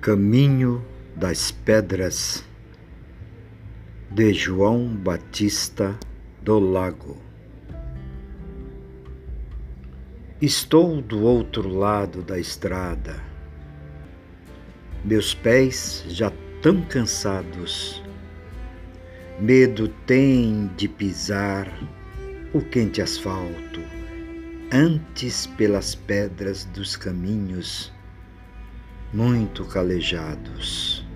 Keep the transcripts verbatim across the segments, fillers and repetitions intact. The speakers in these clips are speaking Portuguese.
Caminho das Pedras, de João Batista do Lago. Estou do outro lado da estrada, meus pés já tão cansados, medo têm de pisar o quente asfalto, antes pelas pedras dos caminhos muito calejados.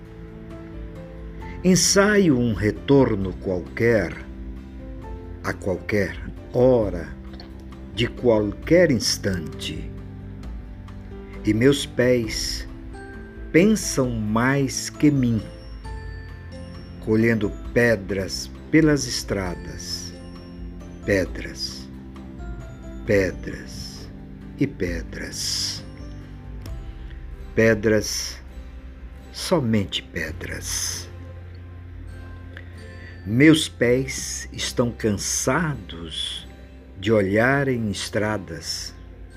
Ensaio um retorno qualquer, a qualquer hora, de qualquer instante, e meus pés pensam mais que mim, colhendo pedras pelas estradas, pedras, pedras e pedras. Pedras, somente pedras. Meus pés estão cansados de olhar em estradas,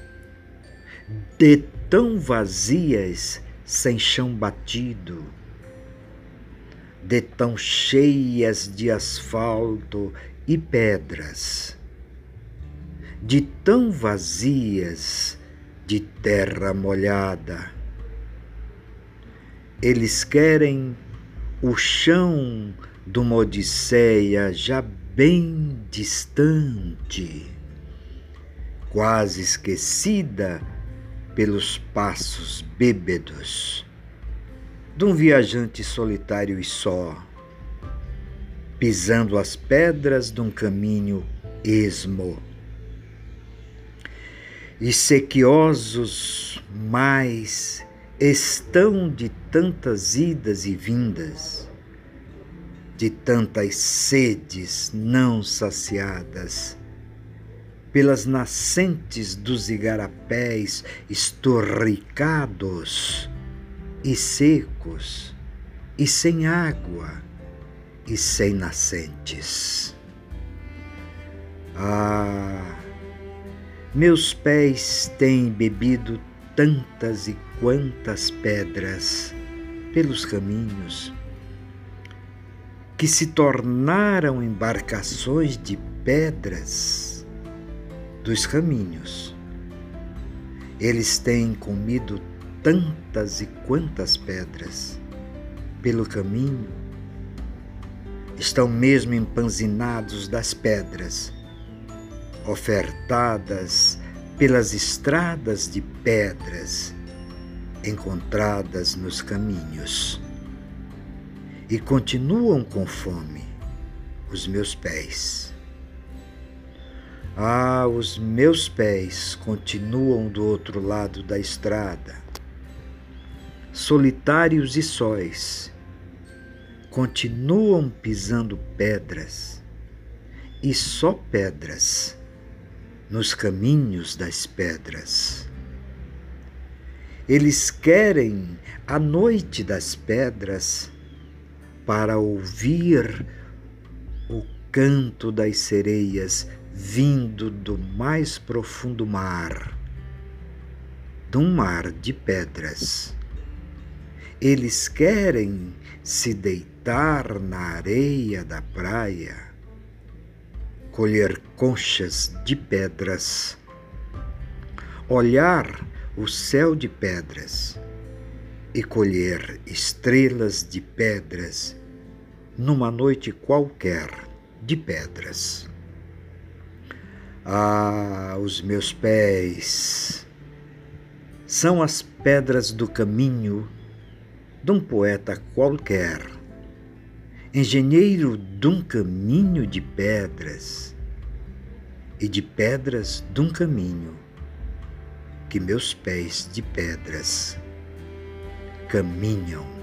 de tão vazias sem chão batido, de tão cheias de asfalto e pedras, de tão vazias de terra molhada. Eles querem o chão de uma odisseia já bem distante, quase esquecida pelos passos bêbados de um viajante solitário e só, pisando as pedras de um caminho esmo. E sequiosos mais estão de tantas idas e vindas, de tantas sedes não saciadas, pelas nascentes dos igarapés estorricados e secos, e sem água e sem nascentes. Ah, meus pés têm bebido tantas e quantas pedras pelos caminhos, que se tornaram embarcações de pedras dos caminhos. Eles têm comido tantas e quantas pedras pelo caminho, estão mesmo empanzinados das pedras, ofertadas pelas estradas de pedras encontradas nos caminhos, e continuam com fome os meus pés. Ah, os meus pés continuam do outro lado da estrada, solitários e sóis, continuam pisando pedras, e só pedras, nos caminhos das pedras. Eles querem a noite das pedras para ouvir o canto das sereias vindo do mais profundo mar, de um mar de pedras. Eles querem se deitar na areia da praia, colher conchas de pedras, olhar o céu de pedras e colher estrelas de pedras numa noite qualquer de pedras. Ah, os meus pés são as pedras do caminho de um poeta qualquer, engenheiro de um caminho de pedras, e de pedras de um caminho que meus pés de pedras caminham.